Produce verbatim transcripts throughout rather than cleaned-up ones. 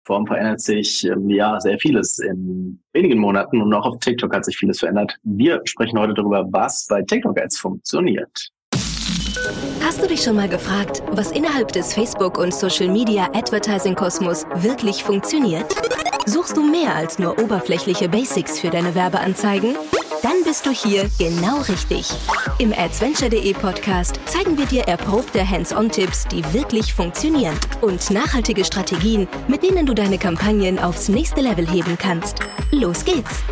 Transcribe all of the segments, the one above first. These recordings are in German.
Plattform verändert sich ähm, ja sehr vieles in wenigen Monaten und auch auf TikTok hat sich vieles verändert. Wir sprechen heute darüber, was bei TikTok-Ads funktioniert. Hast du dich schon mal gefragt, was innerhalb des Facebook- und Social-Media-Advertising-Kosmos wirklich funktioniert? Suchst du mehr als nur oberflächliche Basics für deine Werbeanzeigen? Dann bist du hier genau richtig. Im adventure punkt de Podcast zeigen wir dir erprobte Hands-on-Tipps, die wirklich funktionieren und nachhaltige Strategien, mit denen du deine Kampagnen aufs nächste Level heben kannst. Los geht's!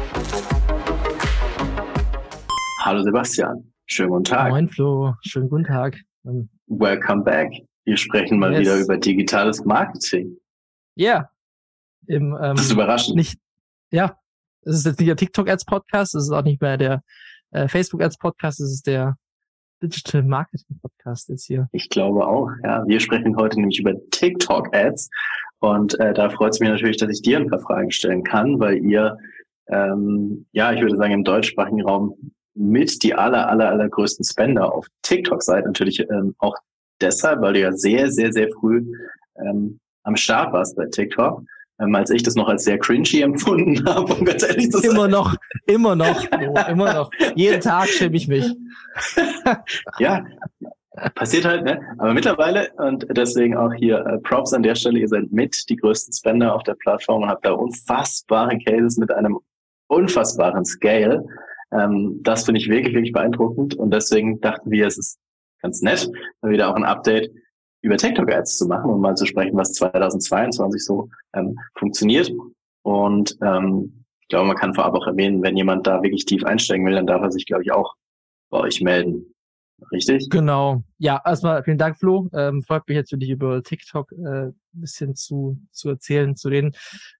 Hallo Sebastian, schönen guten Tag. Moin Flo, schönen guten Tag. Welcome back. Wir sprechen mal Yes. wieder über digitales Marketing. Ja. Yeah. Ähm, das ist überraschend. Nicht, ja, es ist jetzt nicht der TikTok-Ads-Podcast, es ist auch nicht mehr der äh, Facebook-Ads-Podcast, es ist der Digital Marketing-Podcast jetzt hier. Ich glaube auch, ja. Wir sprechen heute nämlich über TikTok-Ads und äh, da freut es mich natürlich, dass ich dir ein paar Fragen stellen kann, weil ihr, ähm, ja, ich würde sagen, im deutschsprachigen Raum mit die aller, aller, allergrößten Spender auf TikTok seid. Natürlich ähm, auch deshalb, weil du ja sehr, sehr, sehr früh ähm, am Start warst bei TikTok. Ähm, als ich das noch als sehr cringy empfunden habe, um ganz ehrlich zu sein. Immer noch, immer noch, oh, immer noch. Jeden Tag schäme ich mich. Ja, passiert halt, ne? Aber mittlerweile, und deswegen auch hier äh, Props an der Stelle, ihr seid mit die größten Spender auf der Plattform und habt da unfassbare Cases mit einem unfassbaren Scale. Ähm, das finde ich wirklich, wirklich beeindruckend und deswegen dachten wir, es ist ganz nett, mal wieder auch ein Update über TikTok-Ads zu machen und mal zu sprechen, was zweitausendzweiundzwanzig so ähm, funktioniert. Und ähm, ich glaube, man kann vorab auch erwähnen, wenn jemand da wirklich tief einsteigen will, dann darf er sich, glaube ich, auch bei euch melden. Richtig? Genau. Ja, erstmal vielen Dank, Flo. Ähm, freut mich jetzt wirklich über TikTok äh, ein bisschen zu zu erzählen, zu reden.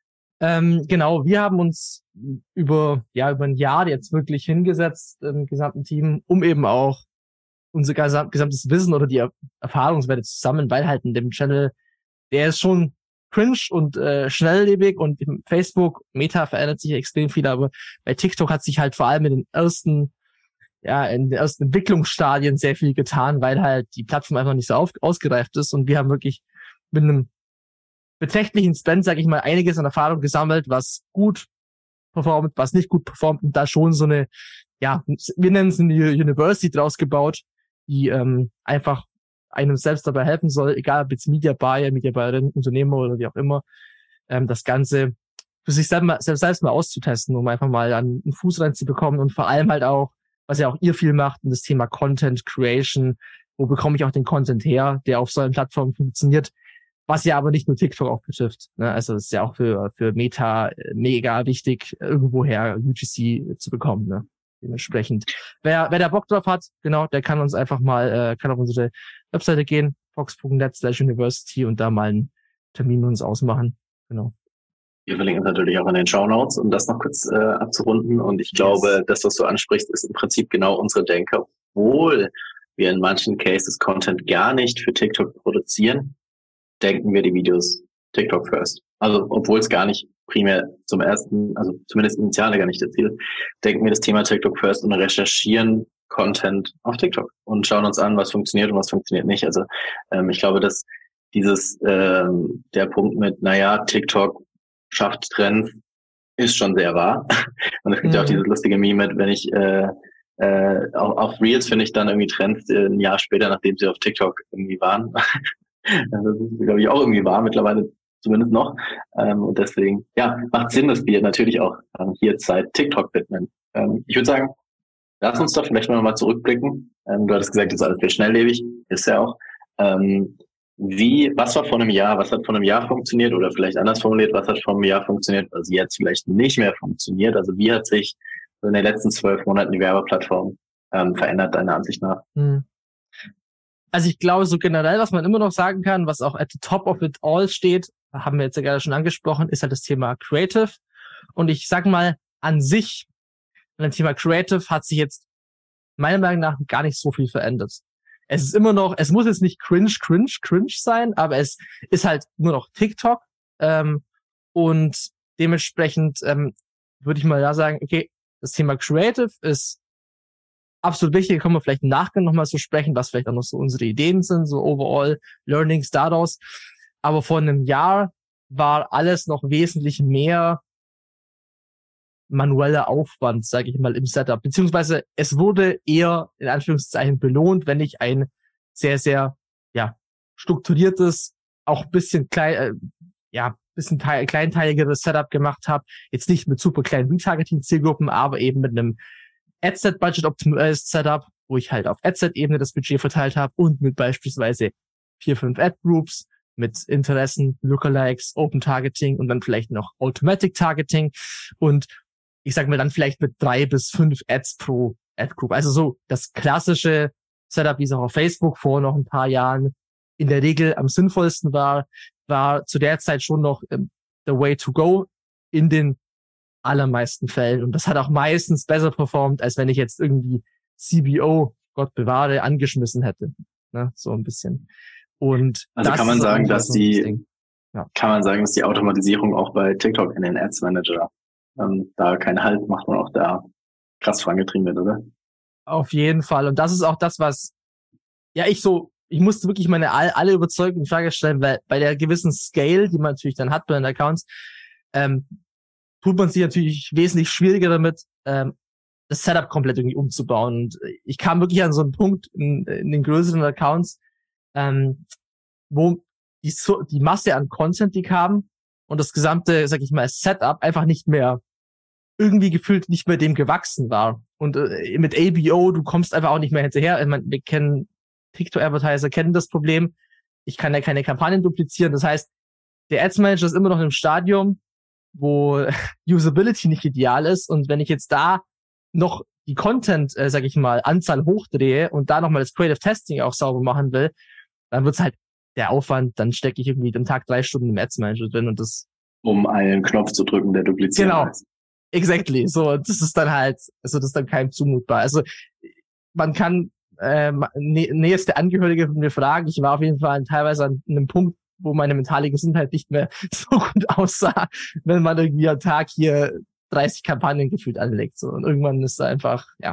Ähm, genau, wir haben uns über ja über ein Jahr jetzt wirklich hingesetzt im gesamten Team, um eben auch unser gesam- gesamtes Wissen oder die er- Erfahrungswerte zu sammeln, weil halt in dem Channel, der ist schon cringe und äh, schnelllebig und im Facebook, Meta verändert sich extrem viel, aber bei TikTok hat sich halt vor allem in den ersten, ja, in den ersten Entwicklungsstadien sehr viel getan, weil halt die Plattform einfach nicht so auf, ausgereift ist und wir haben wirklich mit einem beträchtlichen Spend, sage ich mal, einiges an Erfahrung gesammelt, was gut performt, was nicht gut performt und da schon so eine, ja, wir nennen es eine University draus gebaut, die ähm, einfach einem selbst dabei helfen soll, egal ob jetzt Media Buyer, Media Buyerin, Unternehmer oder wie auch immer, ähm, das Ganze für sich selbst mal, selbst, selbst mal auszutesten, um einfach mal an einen Fuß reinzubekommen und vor allem halt auch, was ja auch ihr viel macht, das Thema Content Creation, wo bekomme ich auch den Content her, der auf solchen Plattformen funktioniert, was ja aber nicht nur TikTok auch betrifft. Ne? Also es ist ja auch für für Meta mega wichtig, irgendwoher U G C zu bekommen. Ne? Dementsprechend, wer wer da Bock drauf hat, genau, der kann uns einfach mal, äh, kann auf unsere Webseite gehen, fox punkt net slash university und da mal einen Termin mit uns ausmachen. Genau. Wir verlinken es natürlich auch in den Shownotes, um das noch kurz äh, abzurunden. Und ich glaube, yes. Das, was du ansprichst, ist im Prinzip genau unsere Denke. Obwohl wir in manchen Cases Content gar nicht für TikTok produzieren, denken wir die Videos TikTok first. Also, obwohl es gar nicht primär zum ersten, also zumindest initial gar nicht das Ziel, denken wir das Thema TikTok first und recherchieren Content auf TikTok und schauen uns an, was funktioniert und was funktioniert nicht. Also, ähm, ich glaube, dass dieses, ähm, der Punkt mit, naja, TikTok schafft Trends, ist schon sehr wahr. Und es gibt ja mhm. auch dieses lustige Meme mit, wenn ich, äh, äh, auf, auf Reels finde ich dann irgendwie Trends äh, ein Jahr später, nachdem sie auf TikTok irgendwie waren. Das ist, glaube ich, auch irgendwie wahr, mittlerweile zumindest noch. Ähm, und deswegen, ja, macht Sinn, dass wir natürlich auch ähm, hier Zeit TikTok widmen. Ähm, ich würde sagen, lass uns doch vielleicht mal zurückblicken. Ähm, du hattest gesagt, das ist alles sehr schnelllebig, ist ja auch. Ähm, wie, was war vor einem Jahr, was hat vor einem Jahr funktioniert oder vielleicht anders formuliert, was hat vor einem Jahr funktioniert, was jetzt vielleicht nicht mehr funktioniert? Also wie hat sich in den letzten zwölf Monaten die Werbeplattform ähm, verändert, deiner Ansicht nach? Hm. Also ich glaube, so generell, was man immer noch sagen kann, was auch at the top of it all steht, haben wir jetzt ja gerade schon angesprochen, ist halt das Thema Creative. Und ich sag mal, an sich, an dem Thema Creative hat sich jetzt meiner Meinung nach gar nicht so viel verändert. Es ist immer noch, es muss jetzt nicht cringe, cringe, cringe sein, aber es ist halt nur noch TikTok. Ähm, und dementsprechend ähm, würde ich mal da sagen, okay, das Thema Creative ist absolut wichtig, da können wir vielleicht im Nachgang nochmal so sprechen, was vielleicht auch noch so unsere Ideen sind, so overall Learnings daraus. Aber vor einem Jahr war alles noch wesentlich mehr manueller Aufwand, sage ich mal, im Setup. Beziehungsweise es wurde eher in Anführungszeichen belohnt, wenn ich ein sehr, sehr ja strukturiertes, auch ein bisschen klein, äh, ja, bisschen teil, kleinteiligeres Setup gemacht habe. Jetzt nicht mit super kleinen Retargeting-Zielgruppen, aber eben mit einem Adset-Budget-optimales Setup, wo ich halt auf Adset-Ebene das Budget verteilt habe und mit beispielsweise vier, fünf Ad-Groups, mit Interessen, Lookalikes, Open Targeting und dann vielleicht noch Automatic Targeting und ich sag mal dann vielleicht mit drei bis fünf Ads pro Ad-Group. Also so das klassische Setup, wie es auch auf Facebook vor noch ein paar Jahren in der Regel am sinnvollsten war, war zu der Zeit schon noch ähm, the way to go in den allermeisten Fällen. Und das hat auch meistens besser performt, als wenn ich jetzt irgendwie C B O, Gott bewahre, angeschmissen hätte. Ne? So ein bisschen. Und also kann man sagen, dass die, ja. kann man sagen, dass die Automatisierung auch bei TikTok in den Ads Manager ähm, da keinen Halt macht und auch da krass vorangetrieben wird, oder? Auf jeden Fall. Und das ist auch das, was, ja, ich so, ich musste wirklich meine all, alle Überzeugungen in Frage stellen, weil bei der gewissen Scale, die man natürlich dann hat bei den Accounts, ähm, tut man sich natürlich wesentlich schwieriger damit, ähm, das Setup komplett irgendwie umzubauen. Und ich kam wirklich an so einen Punkt in, in den größeren Accounts, ähm, wo die, so, die Masse an Content, die kam und das gesamte, sag ich mal, Setup einfach nicht mehr irgendwie gefühlt nicht mehr dem gewachsen war. Und äh, mit A B O, du kommst einfach auch nicht mehr hinterher. Ich meine, wir kennen TikTok-Advertiser, kennen das Problem. Ich kann ja keine Kampagnen duplizieren. Das heißt, der Ads Manager ist immer noch im Stadium, wo Usability nicht ideal ist. Und wenn ich jetzt da noch die Content, äh, sag ich mal, Anzahl hochdrehe und da nochmal das Creative Testing auch sauber machen will, dann wird's halt der Aufwand, dann stecke ich irgendwie am Tag drei Stunden im Ads Manager drin und das... Um einen Knopf zu drücken, der dupliziert Genau. ist. Exactly. So, das ist dann halt, also das ist dann keinem zumutbar. Also man kann ähm, nä- nächste Angehörige von mir fragen. Ich war auf jeden Fall teilweise an einem Punkt, wo meine mentale Gesundheit nicht mehr so gut aussah, wenn man irgendwie am Tag hier dreißig Kampagnen gefühlt anlegt. So. Und irgendwann ist da einfach, ja.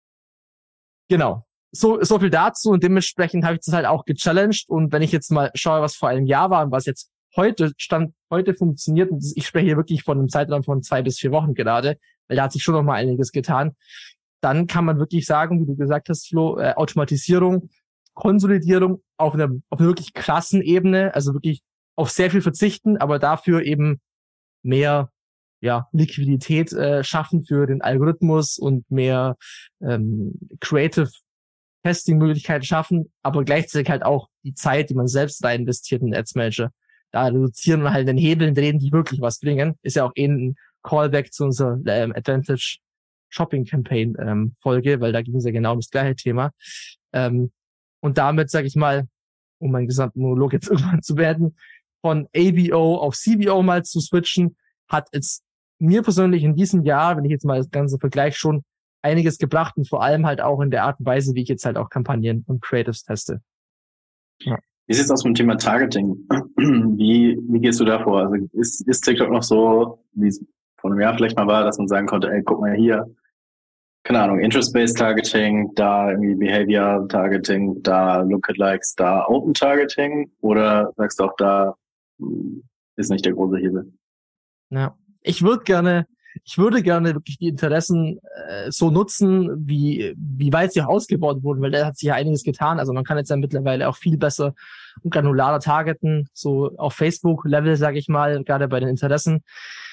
Genau. So, so viel dazu und dementsprechend habe ich das halt auch gechallenged. Und wenn ich jetzt mal schaue, was vor einem Jahr war und was jetzt heute stand, heute funktioniert, und ich spreche hier wirklich von einem Zeitraum von zwei bis vier Wochen gerade, weil da hat sich schon noch mal einiges getan, dann kann man wirklich sagen, wie du gesagt hast, Flo, äh, Automatisierung, Konsolidierung auf einer, auf einer wirklich krassen Ebene, also wirklich auf sehr viel verzichten, aber dafür eben mehr ja Liquidität äh, schaffen für den Algorithmus und mehr ähm, Creative Testing-Möglichkeiten schaffen, aber gleichzeitig halt auch die Zeit, die man selbst da investiert in den Ads Manager, da reduzieren und halt den Hebeln drehen, die wirklich was bringen. Ist ja auch eh ein Callback zu unserer ähm, Advantage Shopping Campaign ähm, Folge, weil da ging es ja genau um das gleiche Thema. Ähm, und damit, sage ich mal, um meinen gesamten Monolog jetzt irgendwann zu werden, von A B O auf C B O mal zu switchen, hat jetzt mir persönlich in diesem Jahr, wenn ich jetzt mal das Ganze vergleiche, schon einiges gebracht und vor allem halt auch in der Art und Weise, wie ich jetzt halt auch Kampagnen und Creatives teste. Ja. Wie sieht's aus mit dem Thema Targeting? Wie, wie gehst du da vor? Also ist, ist TikTok noch so, wie es vor einem Jahr vielleicht mal war, dass man sagen konnte, ey, guck mal hier, keine Ahnung, Interest-Based Targeting, da irgendwie Behavior Targeting, da Lookalikes, da Open Targeting? Oder sagst du auch, da ist nicht der große Hebel? Ja, ich würde gerne Ich würde gerne wirklich die Interessen äh, so nutzen, wie wie weit sie auch ausgebaut wurden, weil da hat sich ja einiges getan. Also man kann jetzt ja mittlerweile auch viel besser und granularer targeten, so auf Facebook-Level, sage ich mal, gerade bei den Interessen.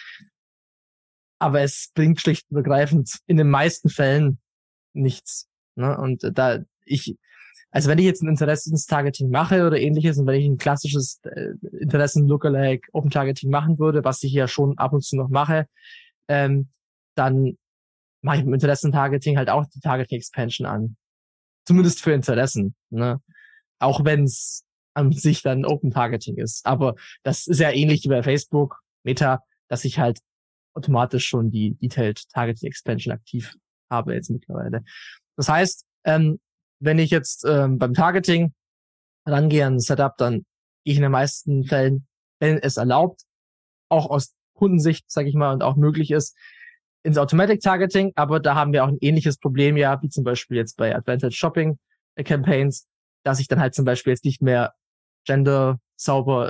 Aber es bringt schlicht und ergreifend in den meisten Fällen nichts. Ne? Und da ich, also wenn ich jetzt ein Interessenstargeting mache oder ähnliches und wenn ich ein klassisches äh, Interessen-Lookalike Open Targeting machen würde, was ich ja schon ab und zu noch mache, Ähm, dann mache ich mit Interessen-Targeting halt auch die Targeting-Expansion an. Zumindest für Interessen, ne? Auch wenn es an sich dann Open-Targeting ist. Aber das ist ja ähnlich wie bei Facebook, Meta, dass ich halt automatisch schon die Detailed Targeting-Expansion aktiv habe jetzt mittlerweile. Das heißt, ähm, wenn ich jetzt ähm, beim Targeting rangehe an ein Setup, dann gehe ich in den meisten Fällen, wenn es erlaubt, auch aus Kundensicht, sage ich mal, und auch möglich ist, ins Automatic Targeting, aber da haben wir auch ein ähnliches Problem ja, wie zum Beispiel jetzt bei Advantage Shopping Campaigns, dass ich dann halt zum Beispiel jetzt nicht mehr Gender sauber äh,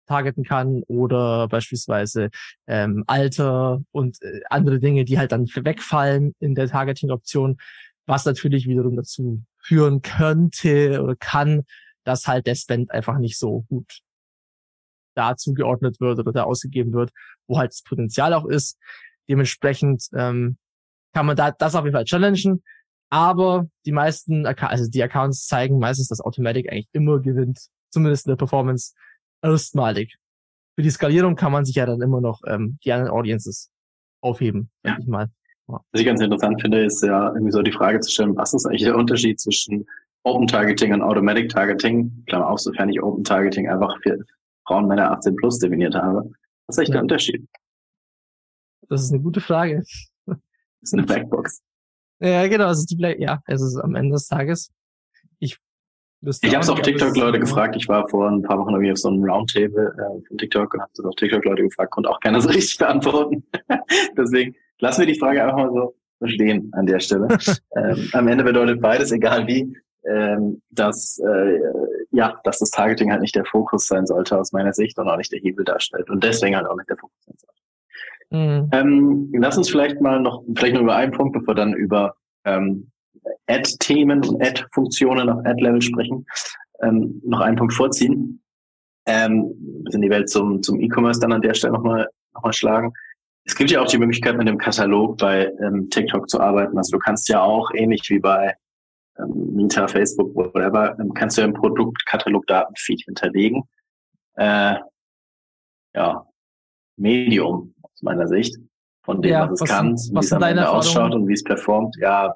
targeten kann oder beispielsweise ähm, Alter und äh, andere Dinge, die halt dann wegfallen in der Targeting-Option, was natürlich wiederum dazu führen könnte oder kann, dass halt der Spend einfach nicht so gut da zugeordnet wird oder da ausgegeben wird, wo halt das Potenzial auch ist. Dementsprechend ähm, kann man da das auf jeden Fall challengen, aber die meisten, also die Accounts zeigen meistens, dass Automatic eigentlich immer gewinnt, zumindest in der Performance erstmalig. Für die Skalierung kann man sich ja dann immer noch ähm, die anderen Audiences aufheben, sag ich mal. Was ich ganz interessant finde, ist ja irgendwie so die Frage zu stellen, was ist eigentlich der Unterschied zwischen Open Targeting und Automatic Targeting? Klammer auf, sofern ich Open Targeting einfach für Frauen, Männer achtzehn plus definiert habe. Was ist eigentlich ja. der Unterschied? Das ist eine gute Frage. Das ist eine Blackbox. Ja, genau, es ist die Black, ja, es ist am Ende des Tages. Ich Ich habe es auf TikTok Leute gefragt. Ich war vor ein paar Wochen irgendwie auf so einem Roundtable äh, von TikTok und habe das auf TikTok Leute gefragt, konnte auch keiner so richtig beantworten. Deswegen lassen wir die Frage einfach mal so stehen an der Stelle. ähm, am Ende bedeutet beides, egal wie, ähm, dass äh, ja, dass das Targeting halt nicht der Fokus sein sollte aus meiner Sicht und auch nicht der Hebel darstellt und deswegen halt auch nicht der Fokus sein sollte. Mhm. Ähm, lass uns vielleicht mal noch, vielleicht nur über einen Punkt, bevor wir dann über ähm, Ad-Themen und Ad-Funktionen auf Ad-Level sprechen, ähm, noch einen Punkt vorziehen. Ähm, in die Welt zum, zum E-Commerce dann an der Stelle nochmal noch mal schlagen. Es gibt ja auch die Möglichkeit, mit dem Katalog bei ähm, TikTok zu arbeiten. Also du kannst ja auch, ähnlich wie bei ähm, Meta, Facebook, whatever, ähm, kannst du ja im Produktkatalog-Datenfeed hinterlegen. Äh, ja, Medium aus meiner Sicht, von dem, ja, was es was kann, sind, wie es am Ende ausschaut und wie es performt. Ja,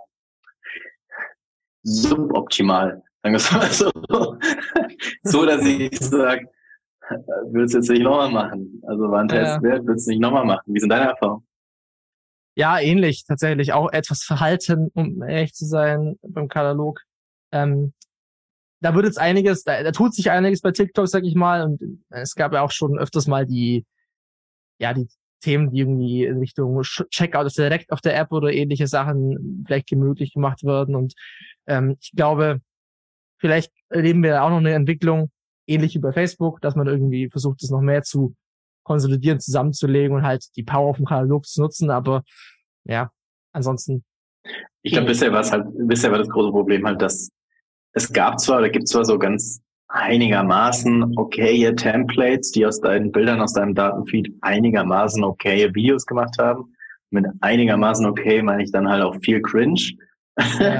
suboptimal, sagen wir es mal so. So, dass ich sage, willst du jetzt nicht nochmal machen? Also war ein Test ja. wert, willst du nicht nochmal machen? Wie sind deine Erfahrungen? Ja, ähnlich, tatsächlich. Auch etwas verhalten, um ehrlich zu sein, beim Katalog. Ähm, da wird jetzt einiges, da, da tut sich einiges bei TikTok, sag ich mal. Und es gab ja auch schon öfters mal die, ja, die Themen, die irgendwie in Richtung Checkout also direkt auf der App oder ähnliche Sachen vielleicht möglich gemacht werden. Und ähm, ich glaube, vielleicht erleben wir auch noch eine Entwicklung, ähnlich wie bei Facebook, dass man irgendwie versucht, das noch mehr zu konsolidieren, zusammenzulegen und halt die Power vom Katalog zu nutzen. Aber ja, ansonsten. Ich glaube, bisher war es halt, bisher war das große Problem halt, dass es gab zwar oder gibt zwar so ganz einigermaßen okaye Templates, die aus deinen Bildern, aus deinem Datenfeed einigermaßen okaye Videos gemacht haben. Mit einigermaßen okay meine ich dann halt auch viel Cringe. Ja.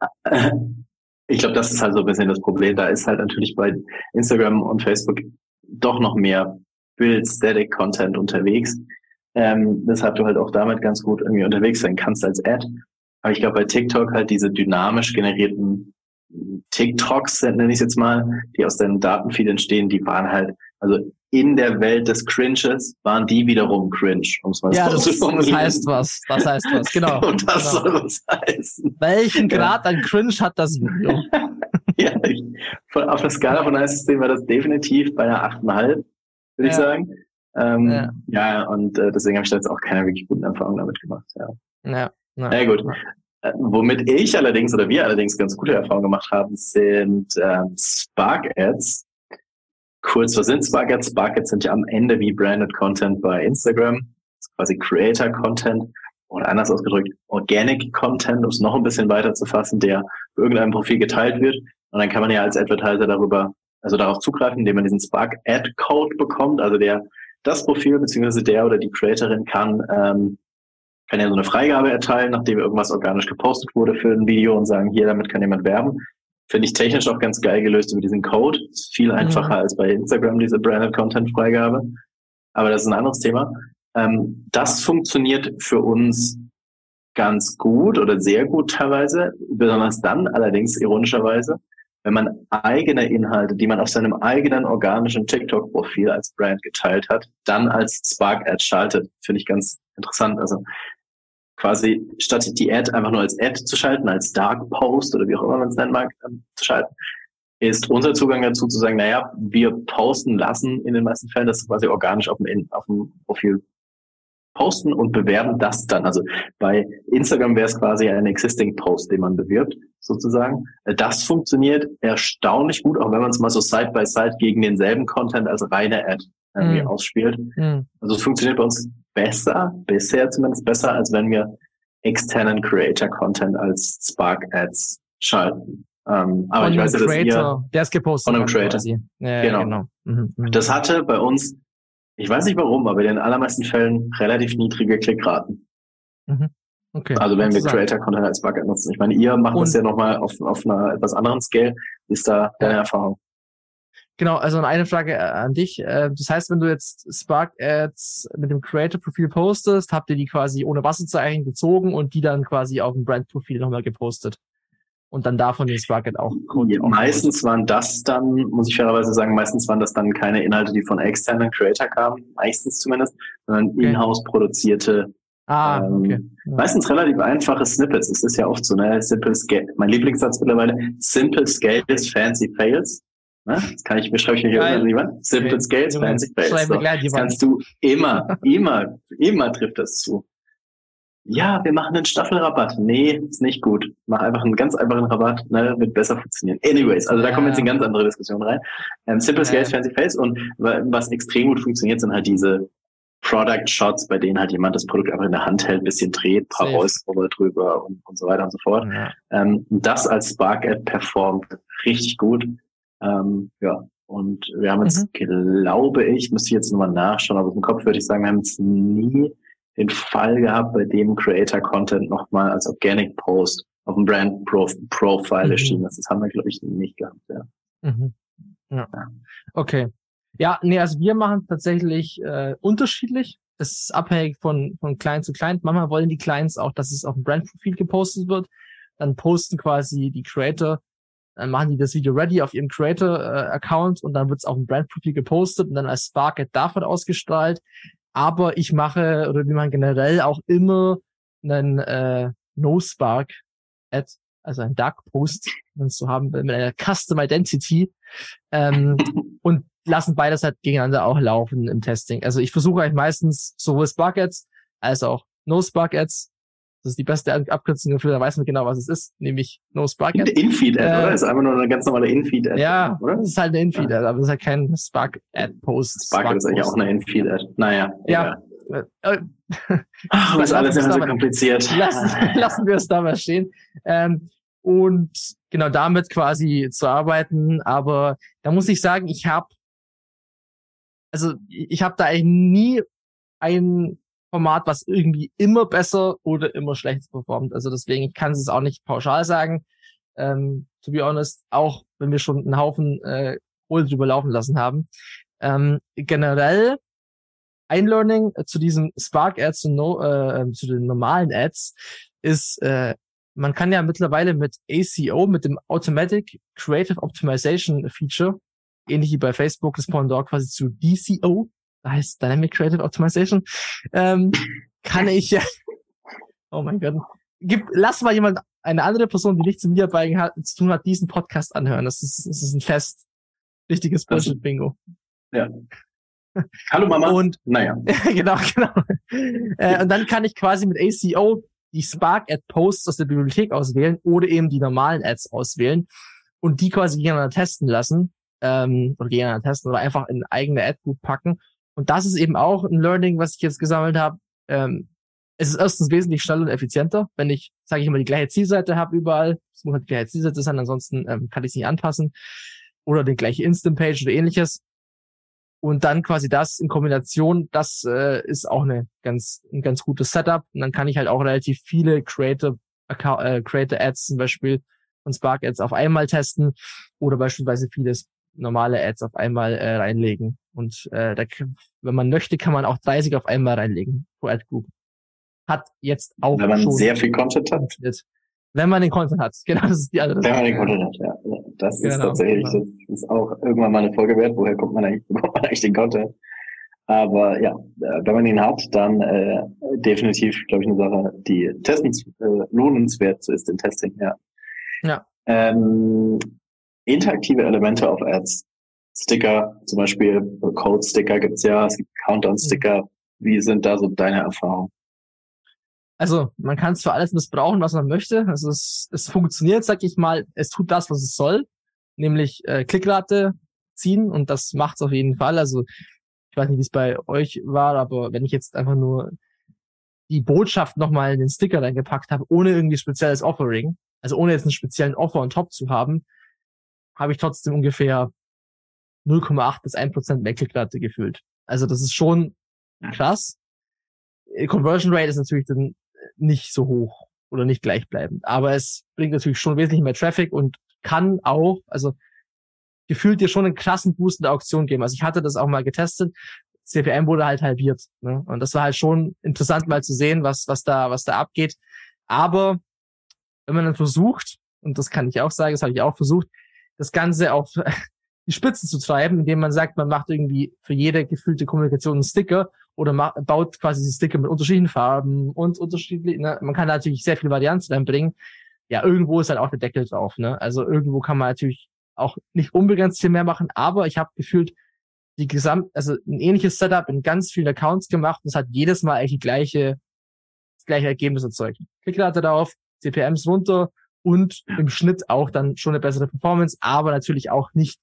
Ich glaube, das ist halt so ein bisschen das Problem. Da ist halt natürlich bei Instagram und Facebook doch noch mehr Bild-Static-Content unterwegs. Ähm, weshalb du halt auch damit ganz gut irgendwie unterwegs sein kannst als Ad. Aber ich glaube, bei TikTok halt diese dynamisch generierten TikToks, nenne ich es jetzt mal, die aus deinem Datenfeed entstehen, die waren halt, also in der Welt des Cringes waren die wiederum cringe, um es mal ja, so das, zu formulieren. das heißt was, das heißt was, genau. Und das genau. soll was heißen. Welchen Grad ja. an Cringe hat das Video? Ja, ich, von, auf der Skala von eins bis zehn war das definitiv bei einer acht Komma fünf, würde ja. ich sagen. Ähm, ja. ja, und äh, deswegen habe ich da jetzt auch keine wirklich guten Erfahrungen damit gemacht. Ja, ja. Na ja, gut. Ja. Äh, womit ich allerdings oder wir allerdings ganz gute Erfahrungen gemacht haben, sind ähm, Spark-Ads. Kurz, was sind Spark-Ads? Spark-Ads sind ja am Ende wie Branded Content bei Instagram. Das ist quasi Creator-Content oder anders ausgedrückt Organic Content, um es noch ein bisschen weiter zu fassen, der für irgendeinem Profil geteilt wird. Und dann kann man ja als Advertiser darüber, also darauf zugreifen, indem man diesen Spark-Ad-Code bekommt. Also der, das Profil beziehungsweise der oder die Creatorin kann, ähm, kann ja so eine Freigabe erteilen, nachdem irgendwas organisch gepostet wurde für ein Video und sagen, hier, damit kann jemand werben. Finde ich technisch auch ganz geil gelöst über diesen Code. Ist viel einfacher mhm. als bei Instagram, diese Branded Content Freigabe. Aber das ist ein anderes Thema. Ähm, das funktioniert für uns ganz gut oder sehr gut teilweise, besonders dann allerdings ironischerweise, wenn man eigene Inhalte, die man auf seinem eigenen organischen TikTok-Profil als Brand geteilt hat, dann als Spark-Ad schaltet. Finde ich ganz interessant. Also quasi statt die Ad einfach nur als Ad zu schalten, als Dark Post oder wie auch immer man es nennen mag, ähm, zu schalten, ist unser Zugang dazu zu sagen, naja, wir posten lassen in den meisten Fällen, das quasi organisch auf dem, auf dem Profil posten und bewerben das dann. Also bei Instagram wäre es quasi ein existing Post, den man bewirbt, sozusagen. Das funktioniert erstaunlich gut, auch wenn man es mal so Side by Side gegen denselben Content als reine Ad irgendwie mm. ausspielt. Mm. Also es funktioniert bei uns besser, bisher zumindest besser, als wenn wir externen Creator-Content als Spark-Ads schalten. Ähm, aber von ich weiß ja, dass Creator, ihr... der ist gepostet. Von einem Creator. Ja, genau. genau. Mhm, mh. Das hatte bei uns, ich weiß nicht warum, aber in den allermeisten Fällen relativ niedrige Klickraten. Mhm. Okay. Also wenn wir Creator-Content als Spark-Ad nutzen. Ich meine, ihr macht und das ja nochmal auf, auf einer etwas anderen Scale. Wie ist da deine ja. Erfahrung? Genau, also eine Frage an dich. Das heißt, wenn du jetzt Spark-Ads mit dem Creator-Profil postest, habt ihr die quasi ohne Wasserzeichen gezogen und die dann quasi auf dem Brand-Profil nochmal gepostet? Und dann davon den Spark-Ad auch. Ja, meistens waren das dann, muss ich fairerweise sagen, meistens waren das dann keine Inhalte, die von externen Creator kamen, meistens zumindest, sondern okay. in-house produzierte, ah, ähm, okay. ja. meistens relativ einfache Snippets. Es ist ja oft so, ne? Simple Scale, mein Lieblingssatz mittlerweile, Simple Scales, Fancy Fails. Ne? Das kann ich, beschreibe ich mir hier immer lieber. Simple okay. Scales, Junge, Fancy Fails. So, das kannst du immer, immer, immer trifft das zu. Ja, wir machen einen Staffelrabatt. Nee, ist nicht gut. Mach einfach einen ganz einfachen Rabatt, ne, wird besser funktionieren. Anyways, also da ja. kommen wir jetzt in ganz andere Diskussionen rein. Ähm, Simple Scales, ja. Fancy Face und was extrem gut funktioniert, sind halt diese Product Shots, bei denen halt jemand das Produkt einfach in der Hand hält, bisschen dreht, paar Räusper drüber und, und so weiter und so fort. Ja. Ähm, das als Spark-Ad performt richtig gut. Ähm, ja, und wir haben jetzt, mhm. glaube ich, müsste ich jetzt nochmal nachschauen, aber aus dem Kopf würde ich sagen, wir haben jetzt nie den Fall gehabt, bei dem Creator-Content nochmal als Organic Post auf dem Brand-Profile mhm. erschienen ist. Das haben wir, glaube ich, nicht gehabt. Ja. Mhm. Ja. ja. Okay. Ja, nee, also wir machen tatsächlich äh, unterschiedlich. Das ist abhängig von von Client zu Client. Manchmal wollen die Clients auch, dass es auf dem Brand-Profil gepostet wird. Dann posten quasi die Creator, dann machen die das Video ready auf ihrem Creator-Account und dann wird es auf dem Brand-Profil gepostet und dann als Spark-Ad davon ausgestrahlt. Aber ich mache, oder wir machen generell auch immer einen äh, No-Spark-Ad, also einen Dark-Post, wenn es so haben will, mit einer Custom Identity ähm, und lassen beides halt gegeneinander auch laufen im Testing. Also ich versuche eigentlich meistens sowohl Spark-Ads als auch No-Spark-Ads. Das ist die beste Abkürzung dafür, da weiß man genau, was es ist, nämlich No-Spark-Ad. In-Feed-Ad, äh, oder? Das ist einfach nur eine ganz normale In-Feed-Ad. Ja, oder? Das ist halt eine In-Feed-Ad, ja. aber das ist halt kein Spark-Ad-Post. Spark-Ad ist eigentlich auch eine In-Feed-Ad. Naja. Ja. ja. Ach, das ist alles immer so kompliziert. Lassen, lassen wir es dabei stehen. Ähm, und genau damit quasi zu arbeiten. Aber da muss ich sagen, ich habe also ich habe da eigentlich nie ein Format, was irgendwie immer besser oder immer schlechter performt. Also deswegen, ich kann es auch nicht pauschal sagen. Ähm, to be honest, auch wenn wir schon einen Haufen äh, Kohle drüber laufen lassen haben. Ähm, generell ein Learning zu diesen Spark-Ads und no, äh, zu den normalen Ads ist, äh, man kann ja mittlerweile mit A C O, mit dem Automatic Creative Optimization Feature, ähnlich wie bei Facebook, das Pendant quasi zu D C O, das heißt Dynamic Creative Optimization, ähm, kann ich ja, oh mein Gott, gib, lass mal jemand, eine andere Person, die nichts mit mir dabei hat, zu tun hat, diesen Podcast anhören. Das ist, das ist ein Fest. Richtiges Bullshit-Bingo. Ja. Hallo Mama. Und, naja. genau, genau. äh, und dann kann ich quasi mit A C O die Spark-Ad-Posts aus der Bibliothek auswählen oder eben die normalen Ads auswählen und die quasi gegeneinander testen lassen, ähm, oder gegeneinander testen oder einfach in eigene Ad-Group packen. Und das ist eben auch ein Learning, was ich jetzt gesammelt habe. Ähm, es ist erstens wesentlich schneller und effizienter, wenn ich, sage ich mal, die gleiche Zielseite habe überall. Es muss halt die gleiche Zielseite sein, ansonsten ähm, kann ich es nicht anpassen. Oder die gleiche Instant-Page oder ähnliches. Und dann quasi das in Kombination, das äh, ist auch eine ganz ein ganz gutes Setup. Und dann kann ich halt auch relativ viele Creator, äh, Creator Ads zum Beispiel und Spark Ads auf einmal testen oder beispielsweise viele normale Ads auf einmal äh, reinlegen. Und äh, da, wenn man möchte, kann man auch dreißig auf einmal reinlegen pro Ad Group. Hat jetzt auch wenn man schon sehr viel Content hat. Wenn man den Content hat, genau, das ist die andere Wenn man den Content hat, ja. Das ist genau, tatsächlich, genau. Das ist auch irgendwann mal eine Folge wert, woher kommt man eigentlich, bekommt man eigentlich den Content? Aber ja, wenn man ihn hat, dann äh, definitiv, glaube ich, eine Sache, die testens, äh, lohnenswert ist im Testing, ja. Ja. Ähm, interaktive Elemente auf Ads. Sticker, zum Beispiel Code-Sticker gibt's ja, es gibt Countdown-Sticker, Wie sind da so deine Erfahrungen? Also man kann es für alles missbrauchen, was man möchte. Also es, es funktioniert, sag ich mal, es tut das, was es soll, nämlich äh, Klickrate ziehen und das macht es auf jeden Fall. Also ich weiß nicht, wie es bei euch war, aber wenn ich jetzt einfach nur die Botschaft nochmal in den Sticker reingepackt habe, ohne irgendwie spezielles Offering, also ohne jetzt einen speziellen Offer on top zu haben, habe ich trotzdem ungefähr null Komma acht bis ein Prozent mehr Klickrate gefühlt. Also das ist schon krass. Conversion Rate ist natürlich dann nicht so hoch oder nicht gleichbleibend, aber es bringt natürlich schon wesentlich mehr Traffic und kann auch, also gefühlt dir schon einen krassen Boost in der Auktion geben. Also ich hatte das auch mal getestet. C P M wurde halt halbiert, ne? Und das war halt schon interessant mal zu sehen, was was da was da abgeht. Aber wenn man dann versucht, und das kann ich auch sagen, das habe ich auch versucht, das Ganze auf die Spitze zu treiben, indem man sagt, man macht irgendwie für jede gefühlte Kommunikation einen Sticker oder ma- baut quasi die Sticker mit unterschiedlichen Farben und unterschiedlich, ne? Man kann da natürlich sehr viel Varianz reinbringen. Ja, irgendwo ist halt auch der Deckel drauf, ne? Also irgendwo kann man natürlich auch nicht unbegrenzt viel mehr machen, aber ich habe gefühlt die gesamt, also ein ähnliches Setup in ganz vielen Accounts gemacht und es hat jedes Mal eigentlich die gleiche, das gleiche Ergebnis erzeugt. Klickrate drauf, C P Ms runter und im Schnitt auch dann schon eine bessere Performance, aber natürlich auch nicht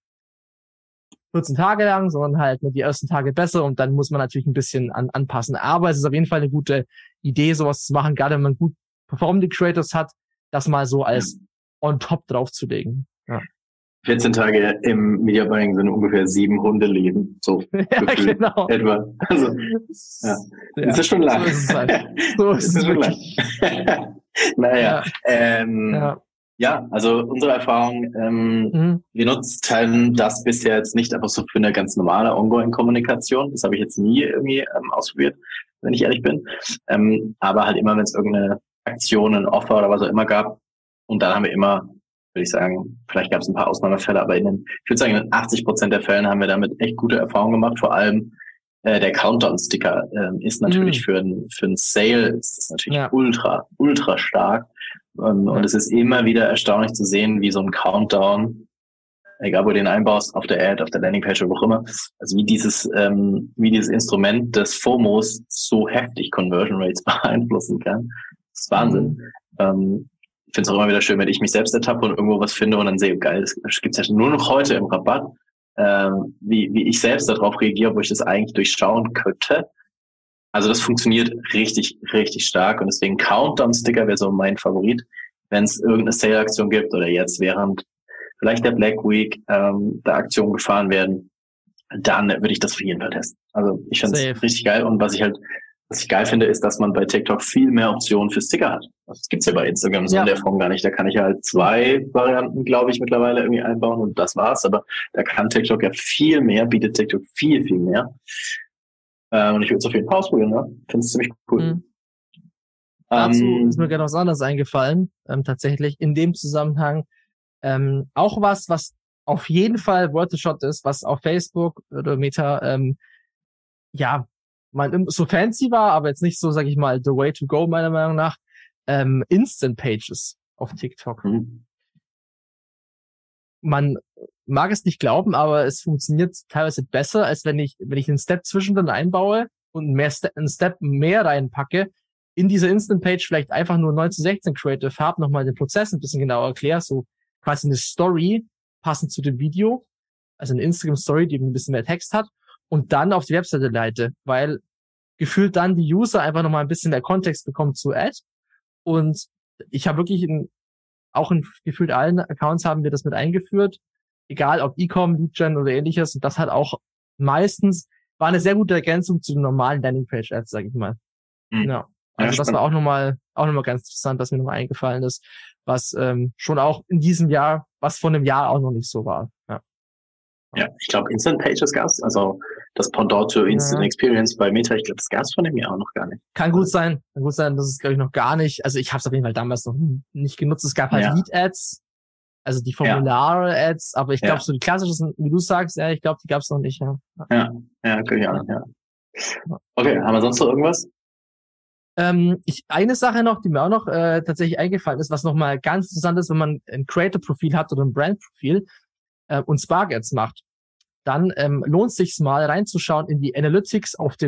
vierzehn Tage lang, sondern halt nur die ersten Tage besser und dann muss man natürlich ein bisschen an, anpassen. Aber es ist auf jeden Fall eine gute Idee, sowas zu machen, gerade wenn man gut performende Creators hat, das mal so als on top draufzulegen. Ja. vierzehn Tage im Media Buying sind ungefähr sieben Hundeleben. So ja, genau. Etwa. Also, ja. Ja, das ist schon lang. So ist es halt. So ist, das ist es schon wirklich. lang. naja. Ja. Ähm, Ja. ja, also unsere Erfahrung, ähm, Mhm. wir nutzen das bisher jetzt nicht einfach so für eine ganz normale Ongoing-Kommunikation. Das habe ich jetzt nie irgendwie ähm, ausprobiert, wenn ich ehrlich bin. Ähm, aber halt immer, wenn es irgendeine Aktion, ein Offer oder was auch immer gab. Und dann haben wir immer, würde ich sagen, vielleicht gab es ein paar Ausnahmefälle, aber in den, ich würde sagen, in achtzig Prozent der Fällen haben wir damit echt gute Erfahrungen gemacht. Vor allem äh, der Countdown-Sticker äh, ist natürlich Mhm. für ein für ein Sale ist das natürlich Ja. ultra, ultra stark. Ähm, Ja. Und es ist immer wieder erstaunlich zu sehen, wie so ein Countdown, egal wo du den einbaust, auf der Ad, auf der Landingpage oder wo auch immer, also wie dieses, ähm, wie dieses Instrument des FOMOs so heftig Conversion Rates beeinflussen kann. Das ist Wahnsinn. Mhm. Ähm, ich finde es auch immer wieder schön, wenn ich mich selbst ertappe und irgendwo was finde und dann sehe, geil, das gibt's ja nur noch heute im Rabatt, ähm, wie, wie ich selbst darauf reagiere, wo ich das eigentlich durchschauen könnte. Also das funktioniert richtig, richtig stark und deswegen Countdown-Sticker wäre so mein Favorit, wenn es irgendeine Sale-Aktion gibt oder jetzt während vielleicht der Black Week ähm, da Aktionen gefahren werden, dann würde ich das auf jeden Fall testen. Also ich finde es richtig geil und was ich halt Was ich geil finde, ist, dass man bei TikTok viel mehr Optionen für Sticker hat. Das gibt's ja bei Instagram so Ja. in der Form gar nicht. Da kann ich halt zwei Varianten, glaube ich, mittlerweile irgendwie einbauen und das war's. Aber da kann TikTok ja viel mehr, bietet TikTok viel, viel mehr. Äh, und ich würde es auf jeden Fall ausprobieren, ne? Finde es ziemlich cool. Mhm. Dazu Ähm, ist mir gerade was anderes eingefallen, ähm, tatsächlich in dem Zusammenhang. Ähm, auch was, was auf jeden Fall worth a shot ist, was auf Facebook oder Meta, ähm, ja, mal so fancy war, aber jetzt nicht so, sag ich mal, the way to go, meiner Meinung nach, ähm, Instant Pages auf TikTok. mhm. Man mag es nicht glauben, aber es funktioniert teilweise besser, als wenn ich, wenn ich einen Step zwischendrin einbaue und mehr Ste- einen Step mehr reinpacke, in dieser Instant Page vielleicht einfach nur neun zu sechzehn Creative habe, nochmal den Prozess ein bisschen genauer erkläre, so quasi eine Story passend zu dem Video, also eine Instagram Story, die ein bisschen mehr Text hat und dann auf die Webseite leite, weil gefühlt dann die User einfach nochmal ein bisschen mehr Kontext bekommen zu Ad und ich habe wirklich in, auch in gefühlt allen Accounts haben wir das mit eingeführt, egal ob E-Com, Lead-Gen oder ähnliches und das hat auch meistens, war eine sehr gute Ergänzung zu den normalen Landing-Page-Ads, sag ich mal. Mhm. Ja. Also Ja, das war auch nochmal auch nochmal ganz interessant, was mir nochmal eingefallen ist, was ähm, schon auch in diesem Jahr, was vor einem Jahr auch noch nicht so war. Ja, Ja, ich glaube, Instant Pages gab's, also das Pendant zur Instant Ja. Experience bei Meta, ich glaube, das gab's von dem Jahr auch noch gar nicht. Kann gut sein, kann gut sein, das ist glaube ich noch gar nicht. Also ich habe es auf jeden Fall damals noch nicht genutzt. Es gab halt Ja. Lead-Ads, also die Formulare-Ads, aber ich glaube Ja. so die klassischen, wie du sagst, ja, ich glaube, die gab's noch nicht. Ja. Ja, ja, okay, ja, ja. Okay, haben wir sonst noch irgendwas? Ähm, ich, eine Sache noch, die mir auch noch äh, tatsächlich eingefallen ist, was nochmal ganz interessant ist, wenn man ein Creator-Profil hat oder ein Brand-Profil äh, und Spark Ads macht, dann ähm, lohnt es sich mal reinzuschauen in die Analytics auf dem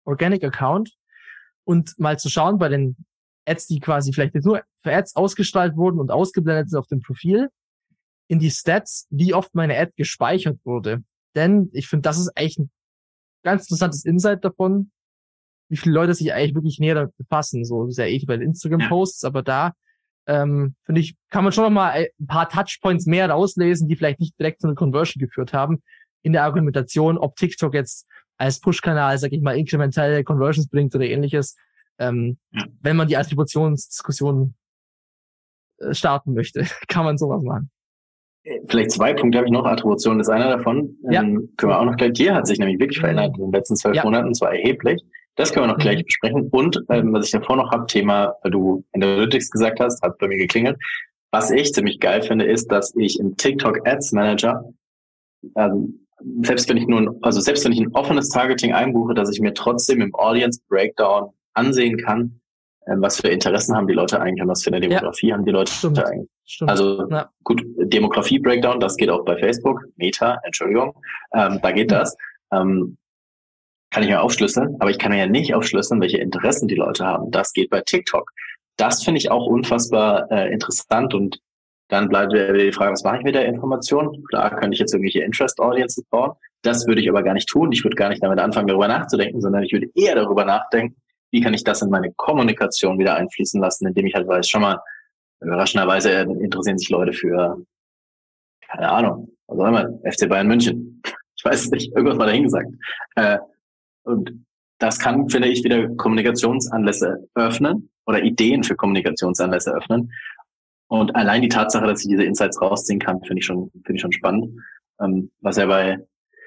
Organic Account und mal zu schauen bei den Ads, die quasi vielleicht jetzt nur für Ads ausgestrahlt wurden und ausgeblendet sind auf dem Profil, in die Stats, wie oft meine Ad gespeichert wurde. Denn ich finde, das ist eigentlich ein ganz interessantes Insight davon, wie viele Leute sich eigentlich wirklich näher damit befassen. So sehr ähnlich bei den Instagram-Posts, ja. aber da ähm, finde ich, kann man schon noch mal ein paar Touchpoints mehr rauslesen, die vielleicht nicht direkt zu einer Conversion geführt haben, in der Argumentation, ob TikTok jetzt als Push-Kanal, sag ich mal, inkrementelle Conversions bringt oder ähnliches, ähm, ja. wenn man die Attributionsdiskussion äh, starten möchte, kann man sowas machen. Vielleicht zwei Punkte habe ich noch. Attribution ist einer davon. Ja. Ähm, können wir auch noch gleich. Hier hat sich nämlich wirklich verändert in den letzten zwölf ja. Monaten, zwar erheblich. Das können wir noch mhm. gleich besprechen. Und ähm, was ich davor noch habe, Thema, weil du Analytics gesagt hast, hat bei mir geklingelt. Was ich ziemlich geil finde, ist, dass ich im TikTok Ads Manager, ähm, selbst wenn ich nur, ein, also selbst wenn ich ein offenes Targeting einbuche, dass ich mir trotzdem im Audience Breakdown ansehen kann, ähm, was für Interessen haben die Leute eigentlich und was für eine Demografie ja. haben die Leute Stimmt. eigentlich. Stimmt. Also ja. gut, Demografie-Breakdown, das geht auch bei Facebook, Meta, Entschuldigung, ähm, da geht das. Ähm, kann ich mir aufschlüsseln, aber ich kann mir ja nicht aufschlüsseln, welche Interessen die Leute haben. Das geht bei TikTok. Das finde ich auch unfassbar äh, interessant und dann bleibt wieder die Frage, was mache ich mit der Information? Klar, könnte ich jetzt irgendwelche Interest-Audiences bauen. Das würde ich aber gar nicht tun. Ich würde gar nicht damit anfangen, darüber nachzudenken, sondern ich würde eher darüber nachdenken, wie kann ich das in meine Kommunikation wieder einfließen lassen, indem ich halt weiß, schon mal, überraschenderweise interessieren sich Leute für, keine Ahnung, was auch immer, F C Bayern München. Ich weiß es nicht, irgendwas mal dahin gesagt. Äh, und das kann, finde ich, wieder Kommunikationsanlässe öffnen oder Ideen für Kommunikationsanlässe öffnen. Und allein die Tatsache, dass ich diese Insights rausziehen kann, finde ich schon, finde ich schon spannend. Ähm, was ja bei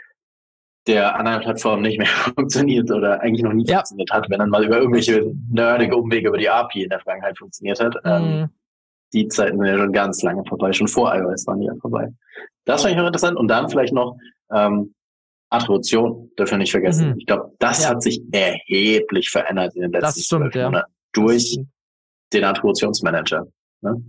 der anderen Plattform nicht mehr funktioniert oder eigentlich noch nie ja. funktioniert hat, wenn dann mal über irgendwelche nerdige Umwege über die A P I in der Vergangenheit funktioniert hat. Mhm. Ähm, die Zeiten sind ja schon ganz lange vorbei, schon vor iOS waren die ja vorbei. Das fand ich noch interessant. Und dann vielleicht noch ähm, Attribution, dürfen wir nicht vergessen. Mhm. Ich glaube, das ja. hat sich erheblich verändert in den letzten zwölf ja. Monaten durch den Attributionsmanager. Ne?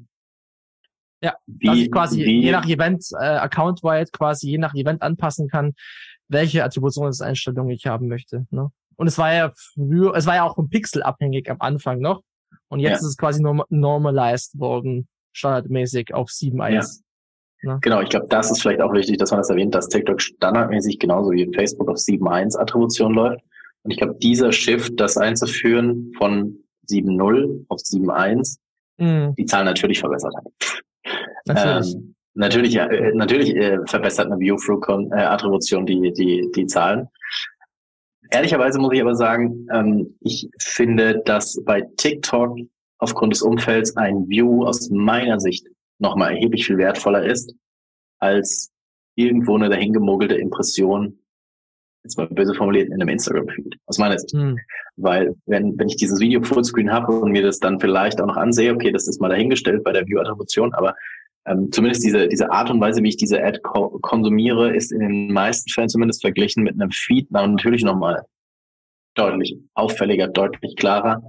Ja, wie, dass ich quasi wie, je nach Event, äh, account-wide quasi je nach Event anpassen kann, welche Attributionseinstellungen ich haben möchte. Ne? Und es war ja früher, es war ja auch vom Pixel abhängig am Anfang noch. Und jetzt ja. ist es quasi norm- normalized worden, standardmäßig auf sieben Punkt eins. Ja. Ne? Genau, ich glaube, das ist vielleicht auch wichtig, dass man das erwähnt, dass TikTok standardmäßig genauso wie in Facebook auf sieben Punkt eins Attribution läuft. Und ich glaube, dieser Shift, das einzuführen von sieben Punkt null auf sieben Punkt eins, mhm. die Zahl natürlich verbessert hat. Natürlich. Ähm, natürlich, äh, natürlich äh, verbessert eine View-Through-Attribution die, die, die Zahlen. Ehrlicherweise muss ich aber sagen, ähm, ich finde, dass bei TikTok aufgrund des Umfelds ein View aus meiner Sicht nochmal erheblich viel wertvoller ist, als irgendwo eine dahingemogelte Impression, jetzt mal böse formuliert, in einem Instagram-Feed. Aus meiner Sicht. Mhm. Weil, wenn, wenn ich dieses Video Fullscreen habe und mir das dann vielleicht auch noch ansehe, okay, das ist mal dahingestellt bei der View-Attribution, aber ähm, zumindest diese, diese Art und Weise, wie ich diese Ad ko- konsumiere, ist in den meisten Fällen zumindest verglichen mit einem Feed natürlich nochmal deutlich auffälliger, deutlich klarer.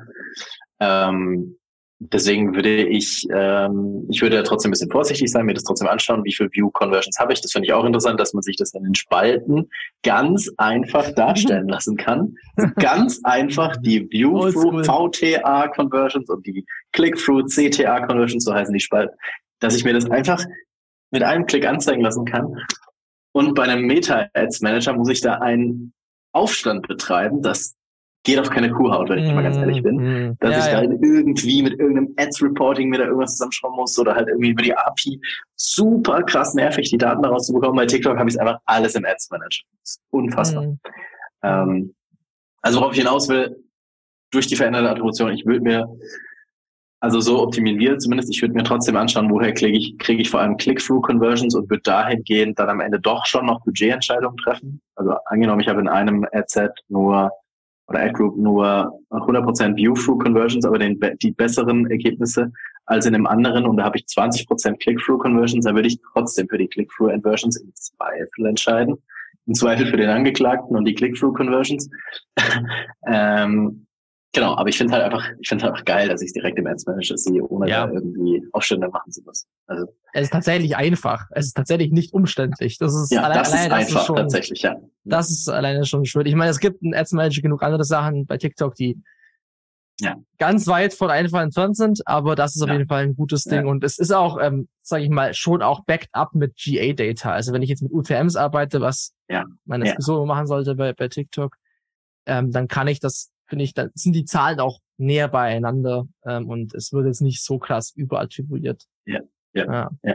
Ähm, deswegen würde ich, ähm, ich würde ja trotzdem ein bisschen vorsichtig sein, mir das trotzdem anschauen, wie viel View-Conversions habe ich. Das finde ich auch interessant, dass man sich das in den Spalten ganz einfach darstellen lassen kann. Ganz einfach die View-Through V T A-Conversions und die Click-Through C T A-Conversions, so heißen die Spalten, dass ich mir das einfach mit einem Klick anzeigen lassen kann. Und bei einem Meta-Ads-Manager muss ich da einen Aufstand betreiben, das geht auf keine Kuhhaut, wenn ich mm, mal ganz ehrlich bin, mm, dass ja, ich da ja. irgendwie mit irgendeinem Ads-Reporting mir da irgendwas zusammenschrauben muss oder halt irgendwie über die A P I super krass nervig, die Daten daraus zu bekommen. Bei TikTok habe ich es einfach alles im Ads-Manager. Das ist unfassbar. Mm. Ähm, also worauf ich hinaus will, durch die veränderte Attribution, ich würde mir Also so optimieren wir zumindest. Ich würde mir trotzdem anschauen, woher kriege ich, kriege ich vor allem Click-Through-Conversions und würde dahingehend dann am Ende doch schon noch Budgetentscheidungen treffen. Also angenommen, ich habe in einem Ad-Set nur oder Ad-Group nur hundert Prozent View-Through-Conversions, aber den, die besseren Ergebnisse als in einem anderen und da habe ich zwanzig Prozent Click-Through-Conversions, dann würde ich trotzdem für die Click-Through-Conversions im Zweifel entscheiden. Im Zweifel für den Angeklagten und die Click-Through-Conversions. ähm, Genau, aber ich finde halt einfach, ich finde halt einfach geil, dass ich direkt im Ads Manager sehe, ohne ja. da irgendwie Aufstände machen zu müssen. Also es ist tatsächlich einfach. Es ist tatsächlich nicht umständlich. Das ist ja, allein, das allein, ist das einfach ist schon, tatsächlich, ja. Das ist alleine schon schwierig. Ich meine, es gibt einen Ads Manager genug andere Sachen bei TikTok, die ja. ganz weit von einfach entfernt sind, aber das ist auf ja. jeden Fall ein gutes Ding. Ja. Und es ist auch, ähm, sage ich mal, schon auch backed up mit G A-Data. Also wenn ich jetzt mit U T Ms arbeite, was ja. man ja. so machen sollte bei, bei TikTok, ähm, dann kann ich das, finde ich, dann sind die Zahlen auch näher beieinander ähm, und es wird jetzt nicht so krass überattribuiert. Ja, ja, ja. ja.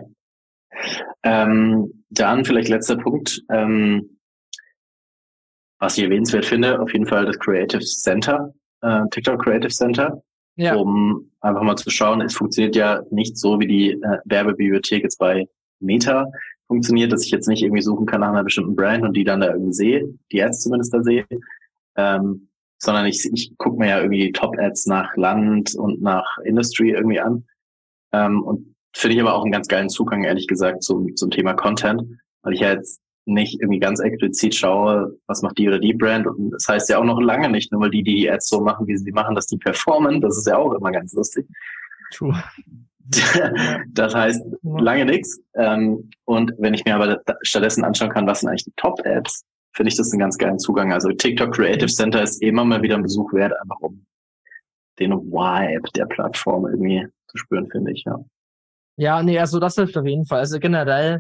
Ähm, dann vielleicht letzter Punkt, ähm, was ich erwähnenswert finde, auf jeden Fall das Creative Center, äh, TikTok Creative Center, ja. um einfach mal zu schauen, es funktioniert ja nicht so, wie die äh, Werbebibliothek jetzt bei Meta funktioniert, dass ich jetzt nicht irgendwie suchen kann nach einer bestimmten Brand und die dann da irgendwie sehe, die Ads zumindest da sehe, ähm, sondern ich, ich gucke mir ja irgendwie die Top-Ads nach Land und nach Industry irgendwie an. Ähm, und finde ich aber auch einen ganz geilen Zugang, ehrlich gesagt, zum, zum Thema Content, weil ich ja jetzt nicht irgendwie ganz explizit schaue, was macht die oder die Brand. Und das heißt ja auch noch lange nicht, nur weil die, die die Ads so machen, wie sie machen, dass die performen. Das ist ja auch immer ganz lustig. True. Das heißt lange nichts. Ähm, und wenn ich mir aber stattdessen anschauen kann, was sind eigentlich die Top-Ads, finde ich das einen ganz geilen Zugang. Also TikTok Creative Center ist immer mal wieder ein Besuch wert, einfach um den Vibe der Plattform irgendwie zu spüren, finde ich, ja. Ja, nee, also das hilft auf jeden Fall. Also generell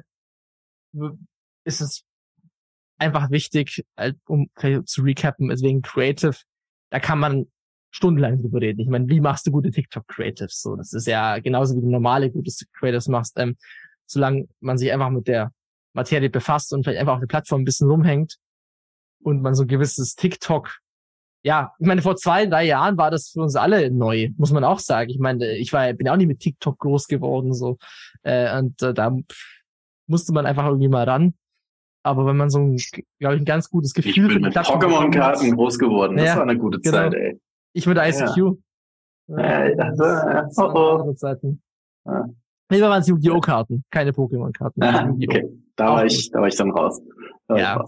ist es einfach wichtig, um zu recappen, deswegen Creative, da kann man stundenlang drüber reden. Ich meine, wie machst du gute TikTok-Creatives? So, das ist ja genauso wie du normale gute Creatives machst, ähm, solange man sich einfach mit der Materie befasst und vielleicht einfach auf der Plattform ein bisschen rumhängt und man so ein gewisses TikTok, ja, ich meine, vor zwei, drei Jahren war das für uns alle neu, muss man auch sagen. Ich meine, ich war, bin auch nicht mit TikTok groß geworden, so, äh, und äh, da musste man einfach irgendwie mal ran. Aber wenn man so ein, glaube ich, ein ganz gutes Gefühl ich bin mit Pokémon-Karten groß geworden, das ja, war eine gute genau. Zeit, ey. Ich mit I C Q. Ja, ja, ja. Oh, oh. Zeiten. Ja. Nee, da waren es Yu-Gi-Oh! Karten, keine Pokémon-Karten. Ah, okay, da war ich, da war ich dann raus. Da ja.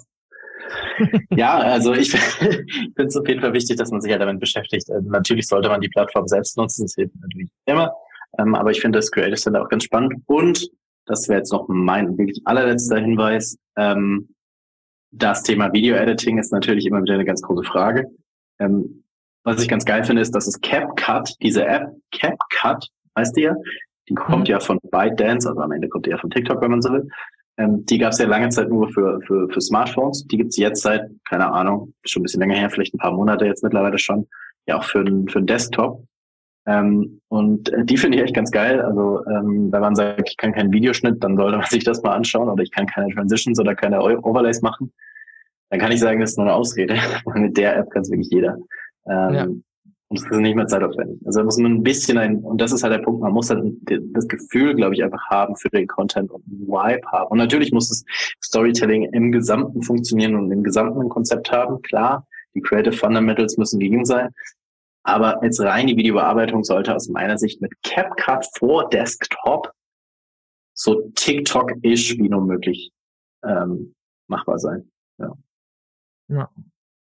Ja, also ich, ich finde es auf jeden Fall wichtig, dass man sich ja damit beschäftigt. Also natürlich sollte man die Plattform selbst nutzen, das hilft natürlich immer. Ähm, aber ich finde das Creative Center auch ganz spannend. Und das wäre jetzt noch mein wirklich allerletzter Hinweis. Ähm, das Thema Video-Editing ist natürlich immer wieder eine ganz große Frage. Ähm, was ich ganz geil finde, ist, dass es CapCut, diese App CapCut, heißt die ja, die kommt mhm. ja von ByteDance, also am Ende kommt die ja von TikTok, wenn man so will. Ähm, die gab es ja lange Zeit nur für für für Smartphones. Die gibt's jetzt seit, keine Ahnung, schon ein bisschen länger her, vielleicht ein paar Monate jetzt mittlerweile schon, ja auch für einen für einen Desktop. Ähm, und die finde ich echt ganz geil. Also ähm, wenn man sagt, ich kann keinen Videoschnitt, dann sollte man sich das mal anschauen, oder ich kann keine Transitions oder keine Overlays machen. Dann kann ich sagen, das ist nur eine Ausrede. Mit der App kann es wirklich jeder. Ähm, ja. Und es ist nicht mehr zeitaufwendig. Also da muss man ein bisschen ein, und das ist halt der Punkt, man muss halt das Gefühl, glaube ich, einfach haben für den Content und einen Vibe haben. Und natürlich muss das Storytelling im Gesamten funktionieren und im Gesamten ein Konzept haben. Klar, die Creative Fundamentals müssen gegeben sein. Aber jetzt rein die Videobearbeitung sollte aus meiner Sicht mit CapCut vor Desktop so TikTok-ish wie nur möglich ähm, machbar sein. Ja. Ja.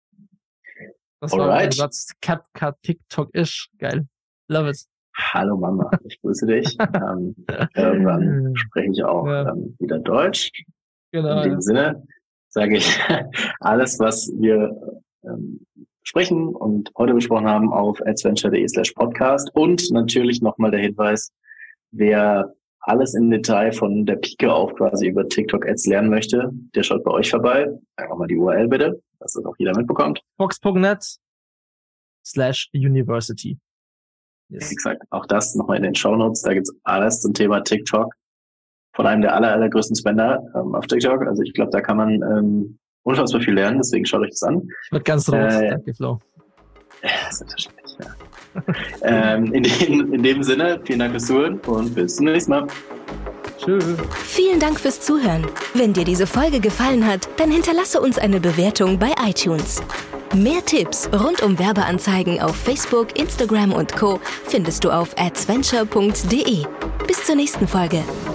Das Alright. war ein Satz, CapCut, TikTok-ish. Geil. Love it. Hallo Mama, ich grüße dich. ähm, irgendwann spreche ich auch ja. ähm, wieder Deutsch. Genau. In dem ja. Sinne sage ich alles, was wir ähm, sprechen und heute besprochen haben, auf adventure.de slash podcast. Und natürlich nochmal der Hinweis, wer alles im Detail von der Pike auf quasi über TikTok-Ads lernen möchte, der schaut bei euch vorbei. Einfach mal die U R L bitte, dass das auch jeder mitbekommt. Fox.net slash university. Yes. Wie gesagt, auch das nochmal in den Shownotes. Da gibt's alles zum Thema TikTok. Von einem der aller, allergrößten Spender ähm, auf TikTok. Also ich glaube, da kann man ähm, unfassbar viel lernen. Deswegen schaut euch das an. Ich bin ganz rot. Äh, Danke, Flo. Ja, selbstverständlich, ja. ähm, in, dem, in dem Sinne, vielen Dank fürs Zuhören und bis zum nächsten Mal. Tschüss. Vielen Dank fürs Zuhören. Wenn dir diese Folge gefallen hat, dann hinterlasse uns eine Bewertung bei iTunes. Mehr Tipps rund um Werbeanzeigen auf Facebook, Instagram und Co. findest du auf adventure punkt de. Bis zur nächsten Folge.